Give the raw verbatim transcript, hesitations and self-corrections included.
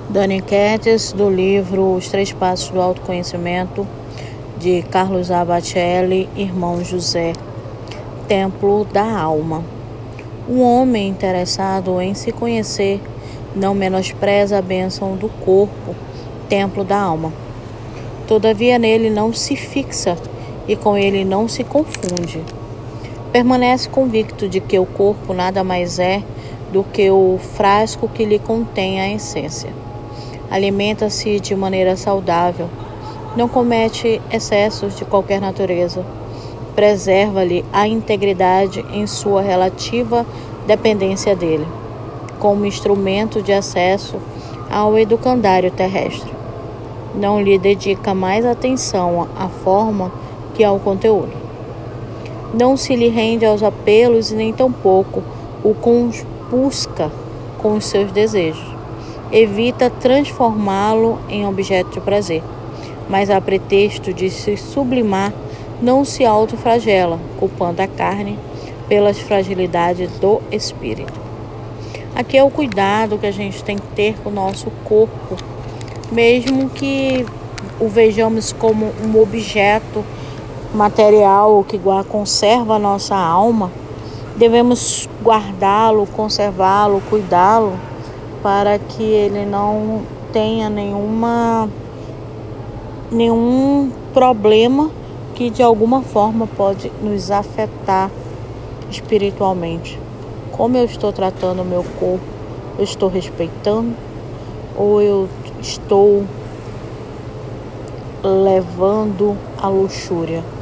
Dani Kettis, do livro Os Três Passos do Autoconhecimento, de Carlos Abbacelli, irmão José. Templo da alma. Um homem interessado em se conhecer não menospreza a bênção do corpo, templo da alma. Todavia nele não se fixa e com ele não se confunde. Permanece convicto de que o corpo nada mais é do que o frasco que lhe contém a essência. Alimenta-se de maneira saudável, não comete excessos de qualquer natureza, preserva-lhe a integridade em sua relativa dependência dele, como instrumento de acesso ao educandário terrestre. Não lhe dedica mais atenção à forma que ao conteúdo. Não se lhe rende aos apelos e nem tampouco o compusca com os seus desejos. Evita transformá-lo em objeto de prazer, mas a pretexto de se sublimar, não se autoflagela, culpando a carne pelas fragilidades do espírito. Aqui é o cuidado que a gente tem que ter com o nosso corpo, mesmo que o vejamos como um objeto material que conserva a nossa alma, devemos guardá-lo, conservá-lo, cuidá-lo, para que ele não tenha nenhuma, nenhum problema que de alguma forma pode nos afetar espiritualmente. Como eu estou tratando o meu corpo? Eu estou respeitando? Ou eu estou levando a luxúria?